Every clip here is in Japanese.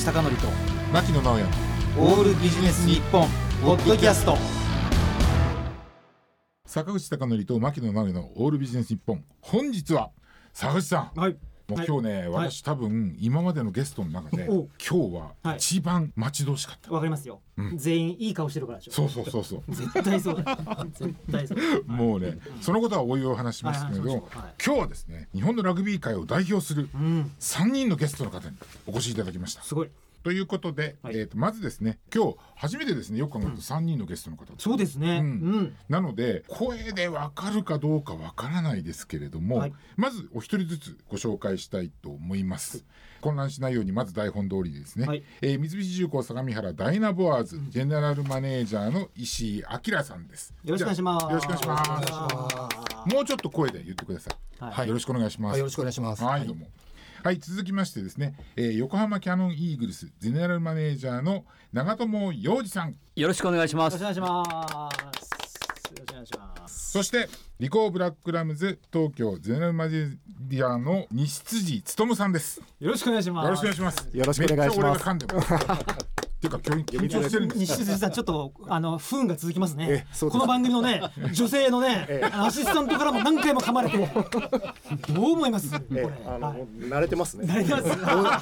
口貴教と牧野直哉オールビジネス日本ポッドキャスト。 坂口貴教と牧野直哉のオールビジネス日本。本日は坂口さん、 はい、 もう今日ね、私多分今までのゲストの中で今日は一番待ち遠しかった。 わかりますよ、全員いい顔してるからでしょ。 そう絶対そうだ絶対そうもうね、そのことはおいおい話しますけど、今日はですね、日本のラグビー界を代表する3人のゲストの方にお越しいただきました。 すごい。 ということで、まずですね、今日初めてですね、よく考えると3人のゲストの方、 そうですね、 なので声でわかるかどうかわからないですけれども、まずお一人ずつご紹介したいと思います。混乱しないようにまず台本通りですね、三菱重工相模原ダイナボアーズ、ジェネラルマネージャーの石井明さんです。 よろしくお願いします。 よろしくお願いします。もうちょっと声で言ってください。よろしくお願いします。 よろしくお願いします。 はい、どうも。はい、続きましてですね、横浜キヤノンイーグルスゼネラルマネージャーの長友洋二さん、 よろしくお願いします。 よろしくお願いします。よろしくお願いします。 そしてリコーブラックラムズ東京ゼネラルマネージャーの西辻勉さんです。 よろしくお願いします。 よろしくお願いします。 よろしくお願いします。 めっちゃ俺が噛んでますっていうか緊張してるんです。 西辻さん、ちょっと不運が続きますね。この番組のね、女性のね、アシスタントからも何回も噛まれてどう思います？これ慣れてますね。 慣れてます。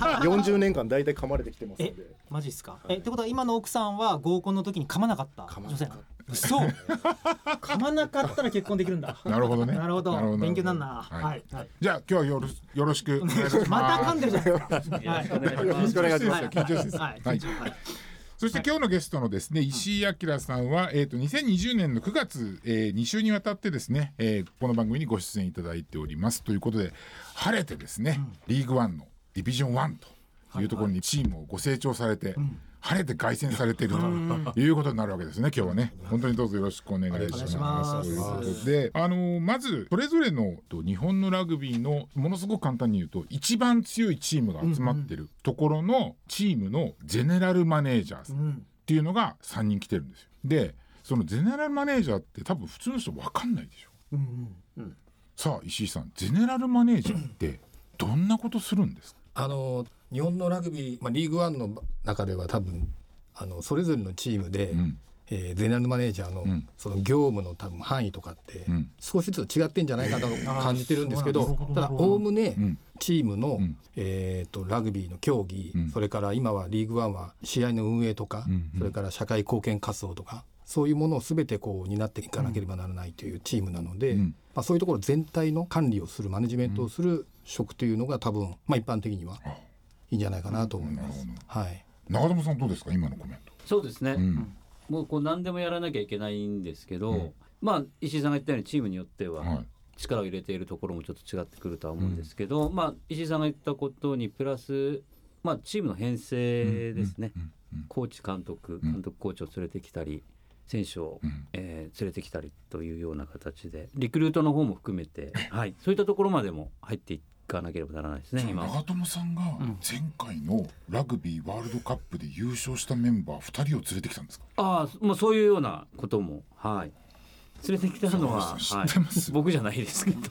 40年間だいたい噛まれてきてますので。 マジっすか？ってことは今の奥さんは合コンの時に噛まなかった女性なの？そう。噛まなかったら結婚できるんだ。なるほどね。 なるほど。勉強になんな。はい。 じゃあ今日はよろしくお願いします。 また噛んでるじゃないですか。 よろしくお願いします。緊張してます。 はい。 そして今日のゲストのですね、石井明さんは、2020年の9月、2週にわたってですね、この番組にご出演いただいておりますということで、晴れてですね、リーグワンのディビジョン1というところにチームをご成長されて、晴れて凱旋されているということになるわけですね。今日はね、本当にどうぞよろしくお願いします。ということで、まずそれぞれの日本のラグビーのものすごく簡単に言うと一番強いチームが集まってるところのチームのゼネラルマネージャーさんっていうのが3人来てるんですよ。で、そのゼネラルマネージャーって多分普通の人分かんないでしょ。さあ石井さん、ゼネラルマネージャーってどんなことするんですか？ 日本のラグビー、リーグワンの中では多分それぞれのチームで、ゼネラルマネージャーの、その業務の多分範囲とかって、少しずつ違ってんじゃないかと感じてるんですけど、ただおおむねチームの、ラグビーの競技、それから今はリーグワンは試合の運営とか、それから社会貢献活動とか、そういうものを全てこう担っていかなければならないというチームなので、そういうところ全体の管理をする、マネジメントをする職というのが多分、一般的にはいいんじゃないかなと思います。はい。 長友さんどうですか、今のコメント？ そうですね、もうこう何でもやらなきゃいけないんですけど、石井さんが言ったようにチームによっては力を入れているところもちょっと違ってくるとは思うんですけど、石井さんが言ったことにプラス、チームの編成ですね、コーチ監督コーチを連れてきたり選手を、連れてきたりというような形でリクルートの方も含めて、そういったところまでも入っていってかなければならないですね。今長友さんが前回のラグビーワールドカップで優勝したメンバー2人を連れてきたんですか？ もうそういうようなことも、連れてきたのは、僕じゃないですけど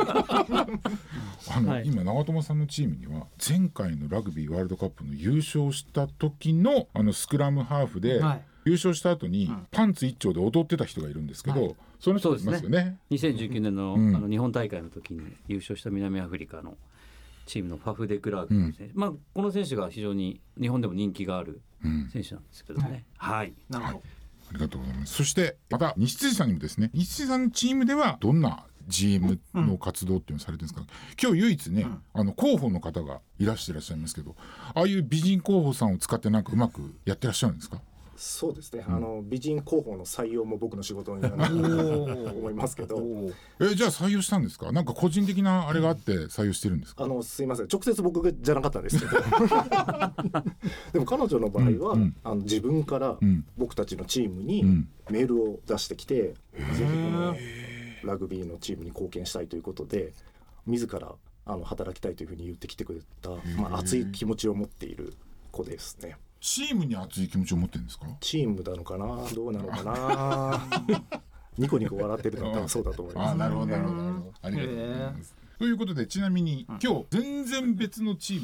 今長友さんのチームには前回のラグビーワールドカップの優勝した時のスクラムハーフで、優勝した後にパンツ一丁で踊ってた人がいるんですけど、その人いますよね。 2019年の、日本大会の時に優勝した南アフリカのチームのファフ・デ・クラークですね、この選手が非常に日本でも人気がある選手なんですけどね。なるほど、 ありがとうございます。そしてまた西辻さんにもですね、西辻さんのチームではどんな GM の活動っていうのをされてるんですか？今日唯一ね、広報の方がいらっしゃいますけど、ああいう美人広報さんを使ってなんかうまくやってらっしゃるんですか？ そうですね、美人広報の採用も僕の仕事になると思いますけどじゃあ採用したんですか？なんか個人的なあれがあって採用してるんですか？ すいません、直接僕じゃなかったんですけどでも彼女の場合は、自分から僕たちのチームにメールを出してきて、ぜひこのラグビーのチームに貢献したいということで自ら働きたいというふうに言ってきてくれた、熱い気持ちを持っている子ですね。 チームに熱い気持ちを持ってるんですか？ チームなのかな、どうなのかなニコニコ笑ってるのは多分そうだと思います。 なるほどなるほど、ありがとうございます。ということで、ちなみに今日全然別のチームの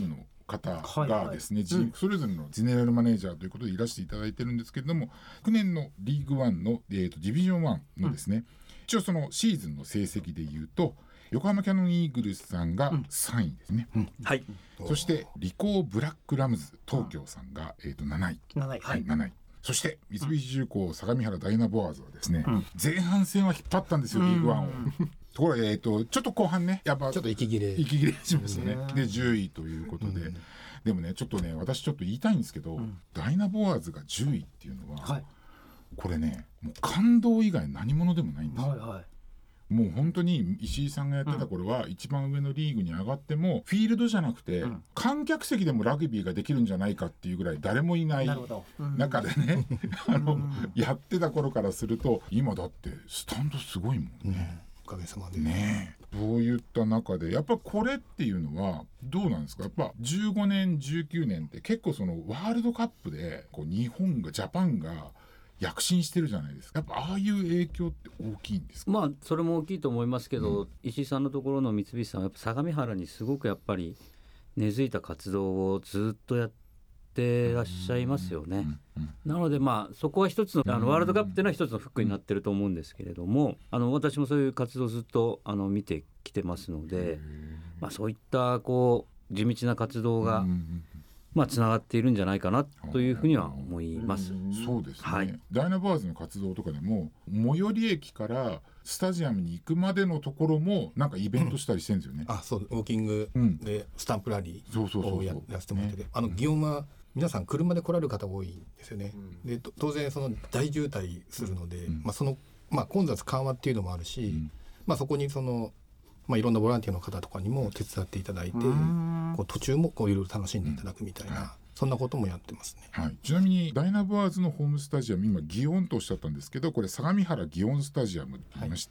方がですね、それぞれのゼネラルマネージャーということでいらしていただいてるんですけれども、去年のリーグワンの、ディビジョン1のですね、一応そのシーズンの成績でいうと横浜キヤノンイーグルスさんが3位ですね、 はい、 そしてリコーブラックラムズ東京さんが、7位、7位、そして三菱重工相模原ダイナボアーズはですね、前半戦は引っ張ったんですよ、リーグワンを。ところで、ちょっと後半ね、やっぱちょっと息切れしますよね。で10位ということで、でもねちょっとね私ちょっと言いたいんですけど、ダイナボアーズが10位っていうのは、これねもう感動以外何者でもないんですよ。もう本当に石井さんがやってた頃は、一番上のリーグに上がってもフィールドじゃなくて、観客席でもラグビーができるんじゃないかっていうぐらい誰もいない中でねやってた頃からすると、今だってスタンドすごいもんね、 おかげさまでね。そういった中でやっぱこれっていうのはどうなんですか。やっぱ15年19年って結構そのワールドカップでこう日本がジャパンが躍進してるじゃないですか。やっぱああいう影響って大きいんですか。 まあそれも大きいと思いますけど、石井さんのところの三菱さんはやっぱ相模原にすごくやっぱり根付いた活動をずっとやってらっしゃいますよね。なのでまあそこは一つのワールドカップっていうのは一つのフックになってると思うんですけれども、私もそういう活動をずっと見てきてますので、まあ、そういったこう地道な活動がつながっているんじゃないかなというふうには思います。 そうですね、ダイナボアーズの活動とかでも最寄り駅からスタジアムに行くまでのところもなんかイベントしたりしてるんですよね。 そうウォーキングでスタンプラリーをやらせてもらってて、祇園は皆さん車で来られる方多いんですよね。で当然その大渋滞するので、その混雑緩和っていうのもあるし、そこにそのいろんなボランティアの方とかにも手伝っていただいて、こう途中もこういろいろ楽しんでいただくみたいな、そんなこともやってますね。 ちなみにダイナボアーズのホームスタジアム、今祇園とおっしゃったんですけど、これ相模原祇園スタジアムと言いまして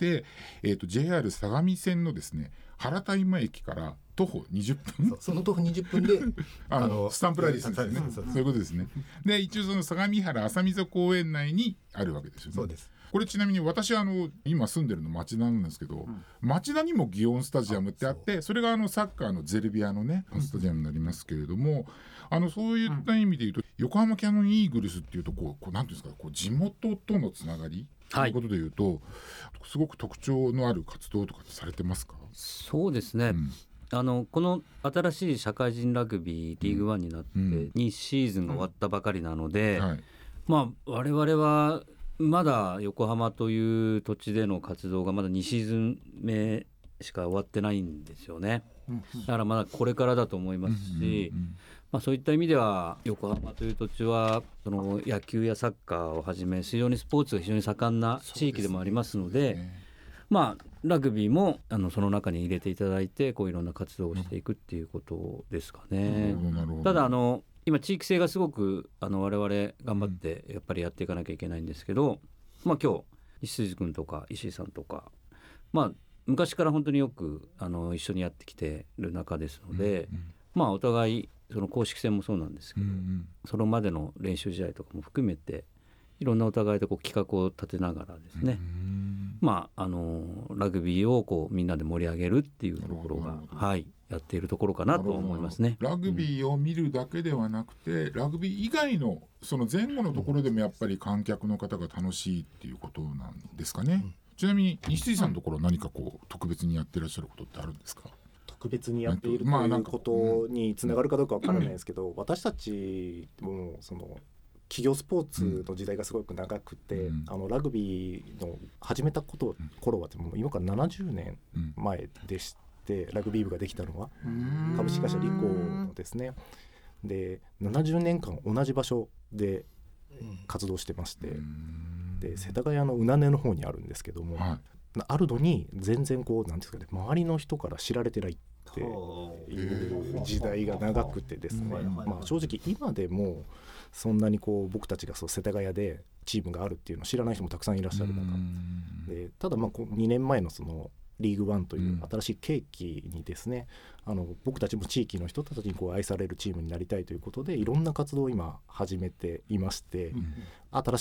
、JR 相模線のですね原田今駅から徒歩20分その徒歩20分でスタンプラリーするんですね。そういうことですね。で一応その相模原浅溝公園内にあるわけですよね。 そうです。 これちなみに私今住んでるの町田なんですけど、町田にも祇園スタジアムってあって、それがサッカーのゼルビアのねスタジアムになりますけれども、そういった意味で言うと、横浜キヤノンイーグルスっていうとこうなんていうんですか、こう地元とのつながりということで言うと、すごく特徴のある活動とかってされてますか。 そうですね、この新しい社会人ラグビーリーグワンになって2シーズンが終わったばかりなので、我々はまだ横浜という土地での活動がまだ2シーズン目しか終わってないんですよね。だからまだこれからだと思いますし、そういった意味では横浜という土地はその野球やサッカーをはじめ非常にスポーツが非常に盛んな地域でもありますので、ラグビーもその中に入れていただいて、こういろんな活動をしていくっていうことですかね。ただ今地域性がすごく我々頑張ってやっぱりやっていかなきゃいけないんですけど、今日石筋君とか石井さんとか、昔から本当によく一緒にやってきてる中ですので、お互いその公式戦もそうなんですけど、そのまでの練習試合とかも含めていろんなお互いでこう企画を立てながらですね、ラグビーをこうみんなで盛り上げるっていうところがやっているところかなと思いますね。 ラグビーを見るだけではなくて、ラグビー以外のその前後のところでもやっぱり観客の方が楽しいっていうことなんですかね。ちなみに西辻さんのところは何かこう特別にやってらっしゃることってあるんですか。 特別にやっているということにつながるかどうかわからないですけど、私たちもその企業スポーツの時代がすごく長くて、ラグビーの始めた頃はもう今から70年前でして、ラグビー部ができたのは株式会社リコのですね。で70年間同じ場所で活動してまして、で世田谷の宇名根の方にあるんですけども、あるのに全然こうなんですかね、周りの人から知られてないっていう時代が長くてですね、正直今でもそんなにこう僕たちがそう世田谷でチームがあるっていうのを知らない人もたくさんいらっしゃる中で、ただ2年前のそのリーグワンという新しい契機にですね、僕たちも地域の人たちにこう愛されるチームになりたいということでいろんな活動を今始めていまして、新しい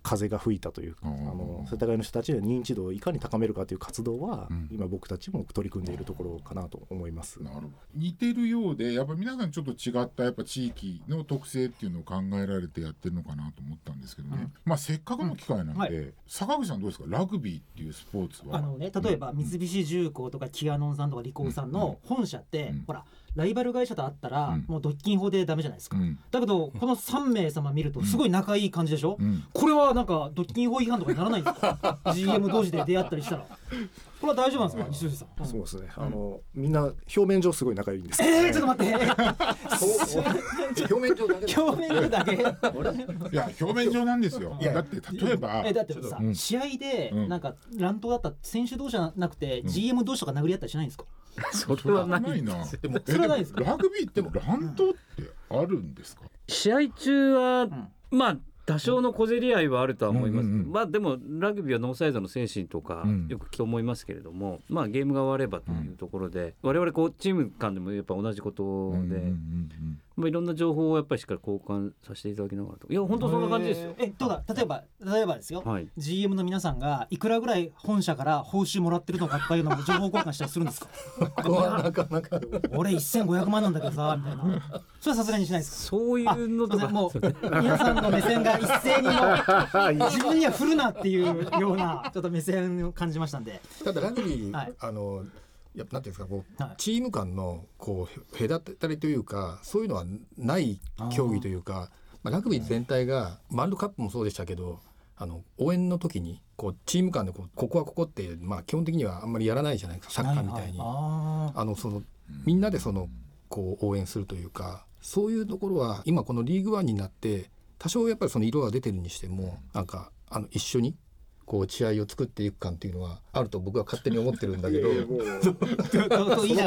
風が吹いたというか、世田谷の人たちの認知度をいかに高めるかという活動は、今僕たちも取り組んでいるところかなと思います。 なるほど。似てるようでやっぱ皆さんちょっと違ったやっぱ地域の特性っていうのを考えられてやってるのかなと思ったんですけどね、まあせっかくの機会なんで、はい、坂口さんどうですか、ラグビーっていうスポーツは。 例えば三菱重工とかキヤノンさんとかリコーさんの本社って、ほらライバル会社とあったら、もう独禁法でダメじゃないですか、だけどこの3名様見るとすごい仲いい感じでしょ、これはなんか独禁法違反とかにならないんですかGM 同士で出会ったりしたらこれは大丈夫なんですか、西吉さん。 そうですね、みんな表面上すごい仲いいんですけど、 ちょっと待って表面上だけ表面上だけいや表面上なんですよ。だって例えばだってさ、試合でなんか乱闘だった選手同士じゃなくて、GM 同士とか殴り合ったりしないんですか。 それはないな。 でもそれはないですか。 ラグビーって乱闘ってあるんですか。 試合中は、まあ多少の小競り合いはあるとは思います、まあでもラグビーはノーサイドの精神とかよく聞くと思いますけれども、まあゲームが終わればというところで、我々こうチーム間でもやっぱ同じことで、まあ、いろんな情報をやっぱりしっかり交換させていただきながらと。いや本当そんな感じですよ。 どうだ、例えばですよ、GM の皆さんがいくらぐらい本社から報酬もらってるのかというのも情報交換したりするんですかなかなか俺1500万なんだけどさみたいな、それはさすがにしないですか。 そういうのとかもう皆さんの目線が一斉にも自分には振るなっていうようなちょっと目線を感じましたんで。 ただラグビー、やっぱなんていうんですか、こうチーム間のこう隔たりというか、そういうのはない競技というか、ラグビー全体がワールドカップもそうでしたけど、応援の時にこうチーム間でここはここって、基本的にはあんまりやらないじゃないですか、サッカーみたいに。そのみんなでこう応援するというか、そういうところは今このリーグワンになって多少やっぱりその色が出てるにしても、なんか一緒にこう試合を作っていく感っていうのはあると僕は勝手に思ってるんだけどと言いなが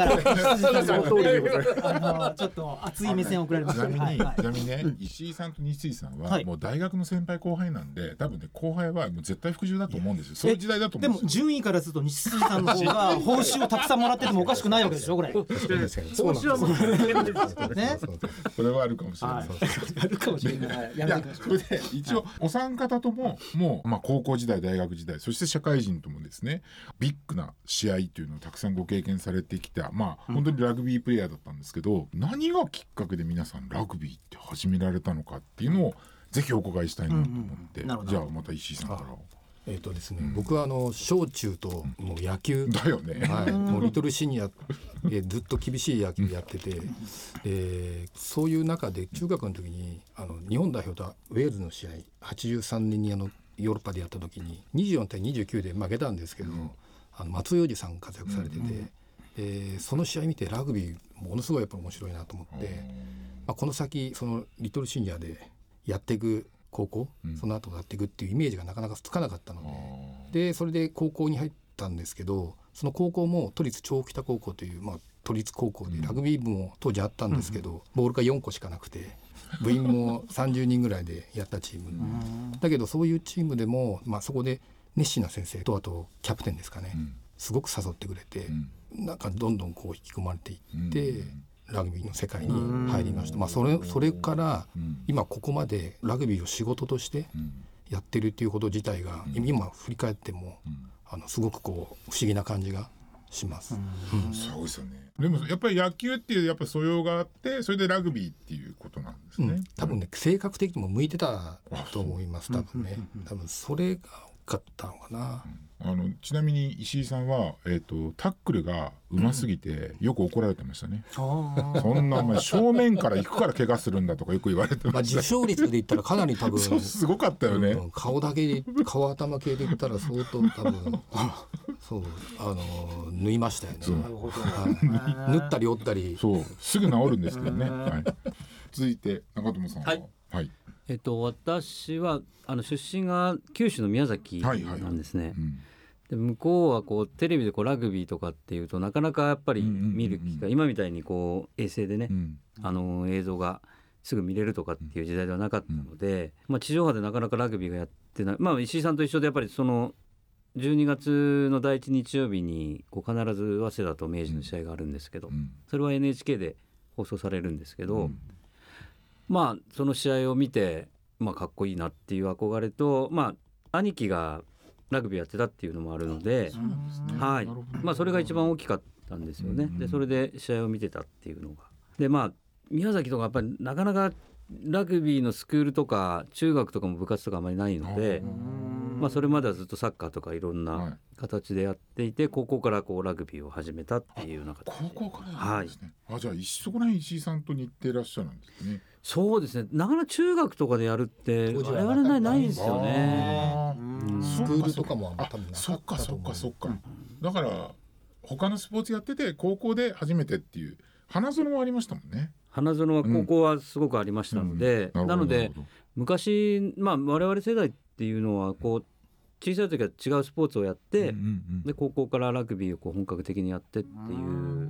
らちょっと熱い目線を送られました。 ちなみにね、石井さんと西井さんはもう大学の先輩後輩なんで、多分ね後輩はもう絶対服従だと思うんですよ。そういう時代だと思うんですよ。 でも順位からすると西井さんの方が報酬をたくさんもらっててもおかしくないわけでしょこれ。報酬はもうね、 これはあるかもしれない。 あるかもしれない。 いやそれで一応お三方とももう高校時代大学時代そして社会人ともですね、ビッグな試合というのをたくさんご経験されてきた、本当にラグビープレーヤーだったんですけど、何がきっかけで皆さんラグビーって始められたのかっていうのをぜひお伺いしたいなと思って、じゃあまた石井さんから。 ですね、僕は小中ともう野球だよね、 もうリトルシニアでずっと厳しい野球やってて、そういう中で中学の時に日本代表とウェールズの試合83年にヨーロッパでやった時に24対29で負けたんですけど、松井洋二さん活躍されてて、その試合見てラグビーものすごいやっぱ面白いなと思って、この先そのリトルシニアでやっていく高校、その後やっていくっていうイメージがなかなかつかなかったので、それで高校に入ったんですけど、その高校も都立長北高校という、都立高校でラグビー部も当時あったんですけど、ボールが4個しかなくて部員も30人ぐらいでやったチームだけど、そういうチームでも、そこで熱心な先生とあとキャプテンですかね、すごく誘ってくれて、なんかどんどんこう引き込まれていって、ラグビーの世界に入りました。それから今ここまでラグビーを仕事としてやってるっていうこと自体が、今振り返ってもすごくこう不思議な感じがします。 そうですよね。でもやっぱり野球っていうやっぱ素養があって、それでラグビーっていうことなんですね。 多分ね、性格的にも向いてたと思います。多分ね、多分それが多かったのかな。 ちなみに石井さんは、タックルがうますぎてよく怒られてましたね。そんなお前正面から行くから怪我するんだとかよく言われてました。 受賞率で言ったらかなり多分すごかったよね。 顔頭系で言ったら相当多分そう縫いましたよね。縫ったり折ったり、 そうすぐ治るんですけどね。続いて中友さんは。 私は出身が九州の宮崎なんですね。で向こうはこうテレビでこうラグビーとかっていうとなかなかやっぱり見る機会、今みたいにこう衛星でね、映像がすぐ見れるとかっていう時代ではなかったので、地上波でなかなかラグビーがやってない、石井さんと一緒でやっぱりその12月の第1日曜日にこう必ず早稲田と明治の試合があるんですけど、それは NHK で放送されるんですけど、その試合を見てまあ、かっこいいなっていう憧れと、まあ、兄貴がラグビーやってたっていうのもあるので、はい、まあ、それが一番大きかったんですよね。でそれで試合を見てたっていうのがで、まあ、宮崎とかやっぱりなかなかラグビーのスクールとか中学とかも部活とかあまりないので、まあ、それまではずっとサッカーとかいろんな形でやっていて、高校からこうラグビーを始めたっていうような形で。 高校からなんですね。はい、じゃあそこら辺石井さんと似てらっしゃるんですね。 そうですね、なかなか中学とかでやるって我々ないですよね。 スクールとかも多分なかそっかったと思う。 そっか、だから他のスポーツやってて高校で初めてっていう花園もありましたもんね。 花園は高校はすごくありましたので、なので昔、まあ、我々世代っていうのはこう小さい時は違うスポーツをやって、で高校からラグビーをこう本格的にやってっていう、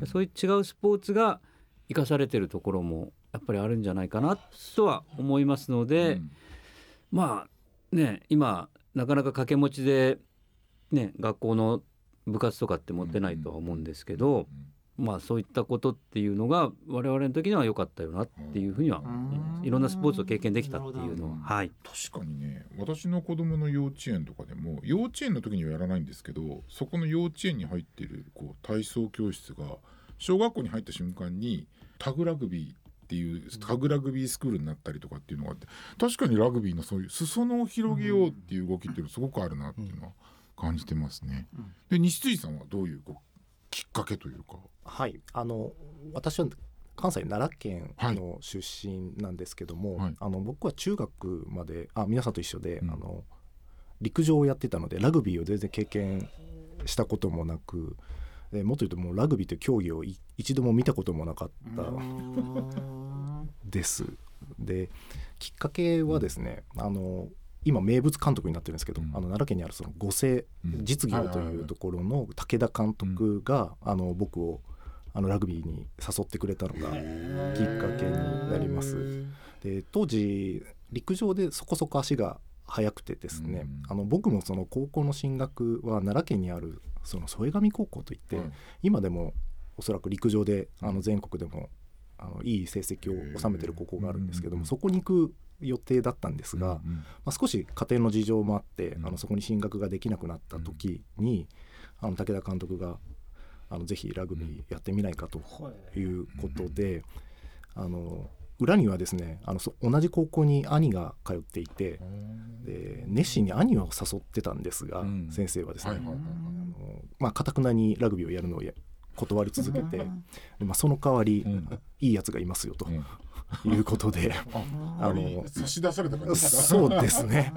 そういう違うスポーツが生かされてるところもやっぱりあるんじゃないかなとは思いますので、まあね、今なかなか掛け持ちで、ね、学校の部活とかって持ってないとは思うんですけど、まあ、そういったことっていうのが我々の時には良かったよなっていうふうにはいろんなスポーツを経験できたっていうのは、はい、 確かにね、私の子供の幼稚園とかでも幼稚園の時にはやらないんですけど、そこの幼稚園に入っているこう体操教室が小学校に入った瞬間にタグラグビーっていうタグラグビースクールになったりとかっていうのがあって、確かにラグビーのそういう裾野を広げようっていう動きっていうのすごくあるなっていうのは感じてますね。で西辻さんはどういうきっかけというか。 はい、私は関西奈良県の出身なんですけども、はい、僕は中学まで皆さんと一緒で、陸上をやってたのでラグビーを全然経験したこともなく、もっと言うともうラグビーという競技を一度も見たこともなかったです。できっかけはですね、今名物監督になってるんですけど、奈良県にあるその五星実業というところの武田監督が、僕をラグビーに誘ってくれたのがきっかけになります。で当時陸上でそこそこ足が速くてですね、僕もその高校の進学は奈良県にあるその添上高校といって、今でもおそらく陸上で全国でもいい成績を収めてる高校があるんですけども、そこに行く予定だったんですが、少し家庭の事情もあって、そこに進学ができなくなった時に、武田監督がぜひラグビーやってみないかということで、裏にはですね同じ高校に兄が通っていて、で熱心に兄を誘ってたんですが、先生はですね堅くなにラグビーをやるのを断り続けて、でその代わり、いいやつがいますよということで差し出された感じですか。 そうですね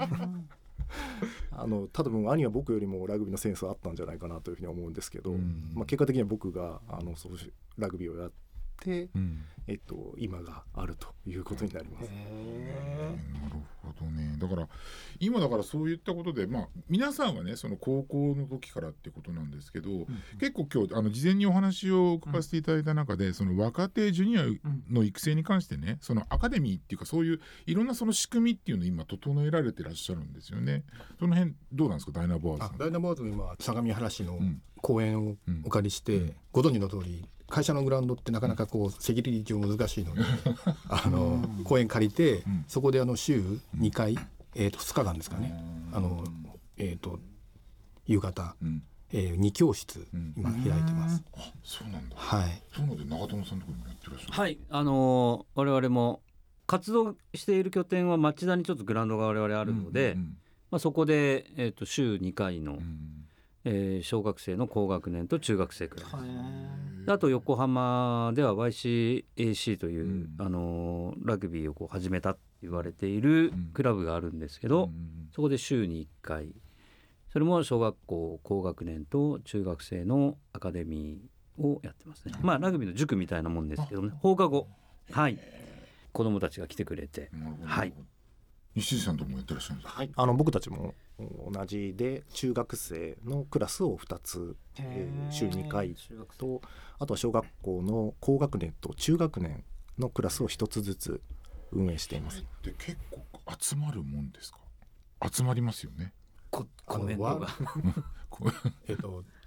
多分兄は僕よりもラグビーのセンスはあったんじゃないかなというふうに思うんですけど、結果的には僕がそうラグビーをやって、今があるということになります。 なるほどね。だから今そういったことで、皆さんはねその高校の時からってことなんですけど、結構今日事前にお話を伺わせていただいた中で、その若手ジュニアの育成に関してね、そのアカデミーっていうかそういういろんなその仕組みっていうのを今整えられてらっしゃるんですよね。その辺どうなんですか、ダイナボアーズさん。 ダイナボアーズも今相模原市の公園をお借りして、ご存知の通り会社のグラウンドってなかなかセキュリティ上難しいので公園借りて、そこで週2回、2日間ですかね、夕方、2教室今開いてます。 あ、そうなんだ。 はい。 そういうので長友さんのところにもやってらっしゃる。 はい、我々も活動している拠点は町田にちょっとグラウンドが我々あるので、そこで、週2回の、小学生の高学年と中学生クラス、あと横浜では YCAC という、ラグビーを始めたって言われているクラブがあるんですけど、そこで週に1回、それも小学校高学年と中学生のアカデミーをやってますね。ラグビーの塾みたいなもんですけどね、放課後、子どもたちが来てくれて、 西井さんともやってらっしゃるんですか。 はい、僕たちも同じで中学生のクラスを2つ、週2回と、あとは小学校の高学年と中学年のクラスを1つずつ運営しています。 で結構集まるもんですか。集まりますよね。 コメントが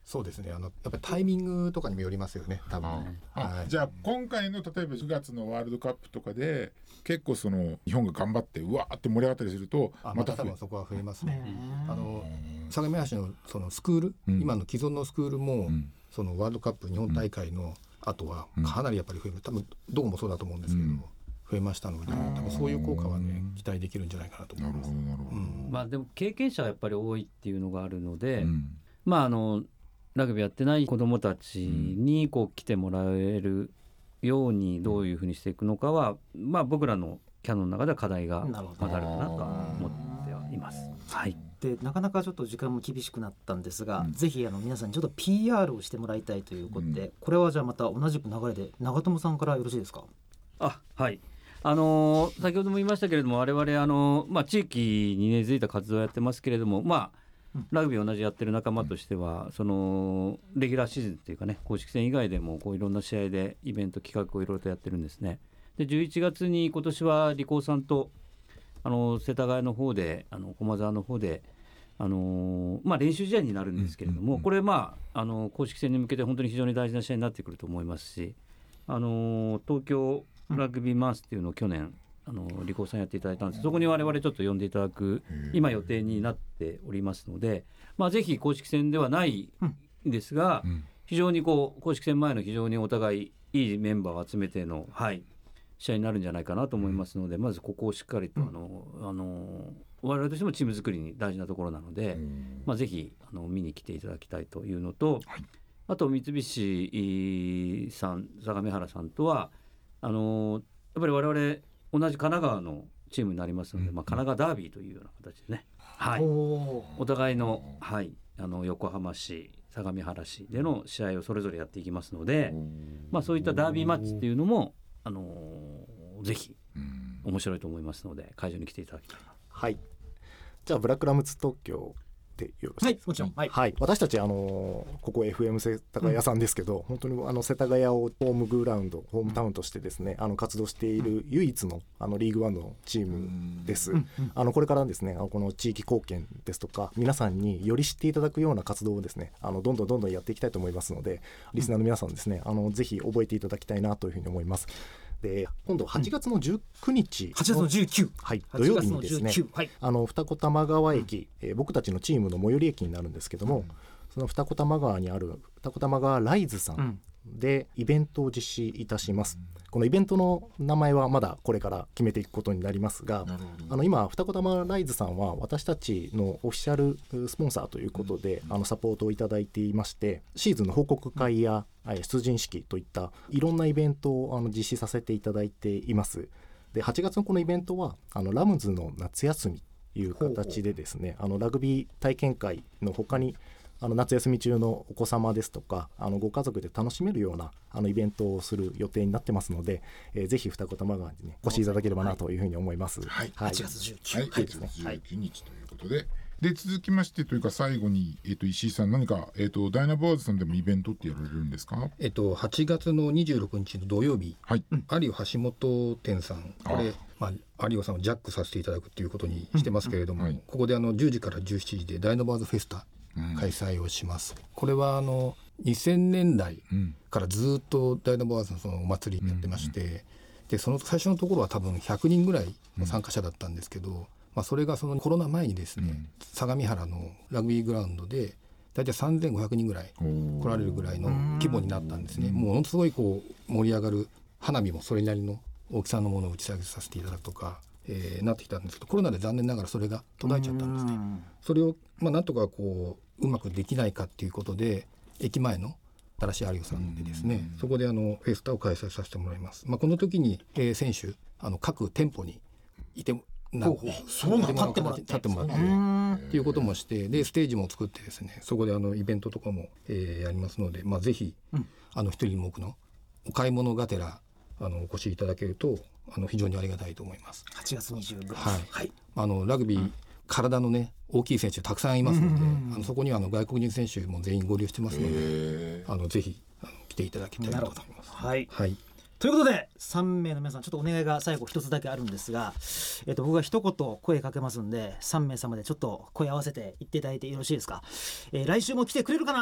そうですね、やっぱりタイミングとかにもよりますよね多分ね。 じゃあ今回の例えば9月のワールドカップとかで結構その日本が頑張ってうわーって盛り上がったりするとまた多分そこは増えますね。相模原市のそのスクール、今の既存のスクールも、そのワールドカップ日本大会の後はかなりやっぱり増える、多分どこもそうだと思うんですけど、増えましたので、多分そういう効果はね期待できるんじゃないかなと思います。 まあでも経験者はやっぱり多いっていうのがあるので、まあラグビーやってない子どもたちにこう来てもらえるようにどういうふうにしていくのかは、まあ僕らのキャノンの中では課題がまだあるかなとは思ってはいます。はい。 でなかなかちょっと時間も厳しくなったんですが、ぜひ皆さんにちょっと PR をしてもらいたいということで、これはじゃあまた同じく流れで長友さんからよろしいですか。 はい。先ほども言いましたけれども、我々地域に根付いた活動をやってますけれども、ラグビーを同じやってる仲間としては、そのレギュラーシーズンというかね、公式戦以外でもこういろんな試合でイベント企画をいろいろとやってるんですね。で11月に今年はリコーさんと世田谷の方で駒沢の方で練習試合になるんですけれども、これ公式戦に向けて本当に非常に大事な試合になってくると思いますし、東京ラグビーマンスっていうのを去年リコーさんやっていただいたんです。そこに我々ちょっと呼んでいただく今予定になっておりますので、ぜひ公式戦ではないんですが、非常に公式戦前の非常にお互いいいメンバーを集めての、試合になるんじゃないかなと思いますので、まずここをしっかりと我々としてもチーム作りに大事なところなので、ぜひ見に来ていただきたいというのと、あと三菱さん相模原さんとはやっぱり我々同じ神奈川のチームになりますので、神奈川ダービーというような形でね、お互いの、横浜市相模原市での試合をそれぞれやっていきますので、そういったダービーマッチっていうのもぜひ面白いと思いますので会場に来ていただきたい。 はい。じゃあブラックラムツ東京でよろしいですか。 もちろん。 私たちここ FM 世田谷さんですけど、本当に世田谷をホームグラウンド、ホームタウンとしてですね活動している唯一のリーグワンのチームです。これからですねこの地域貢献ですとか皆さんにより知っていただくような活動をですねどんどんやっていきたいと思いますので、リスナーの皆さんですねぜひ覚えていただきたいなというふうに思います。で今度8月の19日、 8月の19、 土曜日にですね二子玉川駅、僕たちのチームの最寄り駅になるんですけども、その二子玉川にある二子玉川ライズさんでイベントを実施いたします。このイベントの名前はまだこれから決めていくことになりますが、今二子玉ライズさんは私たちのオフィシャルスポンサーということでサポートをいただいていまして、シーズンの報告会や出陣式といったいろんなイベントを実施させていただいています。で8月のこのイベントはラムズの夏休みという形でですねラグビー体験会の他に夏休み中のお子様ですとかご家族で楽しめるようなイベントをする予定になってますので、ぜひ二子玉川に、お越しいただければなというふうに思います。 8月19、 8月19日ということで、続きましてというか最後に、石井さん何か、ダイナボーズさんでもイベントってやられるんですか。 8月の26日の土曜日、有オ橋本店さん、これ有オさんをジャックさせていただくということにしてますけれども、ここで10時から17時でダイナボーズフェスタ開催をします。これは2000年代からずっとダイナボーズのそのお祭りやってまして、でその最初のところは多分100人ぐらいの参加者だったんですけど、それがそのコロナ前にですね、相模原のラグビーグラウンドで大体3500人ぐらい来られるぐらいの規模になったんですね。ものすごい盛り上がる花火もそれなりの大きさのものを打ち上げさせていただくとか、なってきたんですけど、コロナで残念ながらそれが途絶えちゃったんですね。それをなんとかうまくできないかっていうことで、駅前の新しい有オさんでですね、そこでフェスタを開催させてもらいます。この時に、選手各店舗にいて立ってもらってっていうこともして、でステージも作ってですね、そこでイベントとかも、やりますので、ぜひ一人でも多くのお買い物がてらお越しいただけると非常にありがたいと思います。 8月25日、 ラグビー体のね大きい選手たくさんいますので、そこには外国人選手も全員合流してますので、ぜひ来ていただきたいと思います。 ということで3名の皆さん、ちょっとお願いが最後一つだけあるんですが、僕が一言声かけますんで3名様でちょっと声合わせて言っていただいてよろしいですか。来週も来てくれるかな。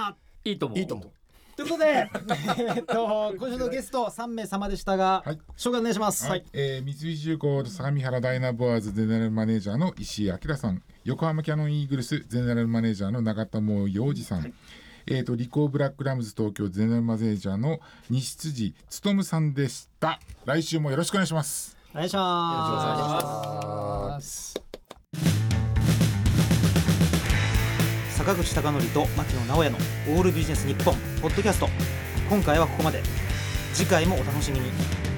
いいと思う。 いいと思う。 ということで、今週のゲスト3名様でしたが、紹介お願いします。 三菱重工相模原ダイナボアーズゼネラルマネージャーの石井明さん、横浜キヤノンイーグルスゼネラルマネージャーの長友洋二さん、リコーブラックラムズ東京ゼネラルマネージャーの西辻勉さんでした。来週もよろしくお願いします。 お願いします。坂口孝則と牧野直哉のオールビジネス日本ポッドキャスト、今回はここまで。次回もお楽しみに。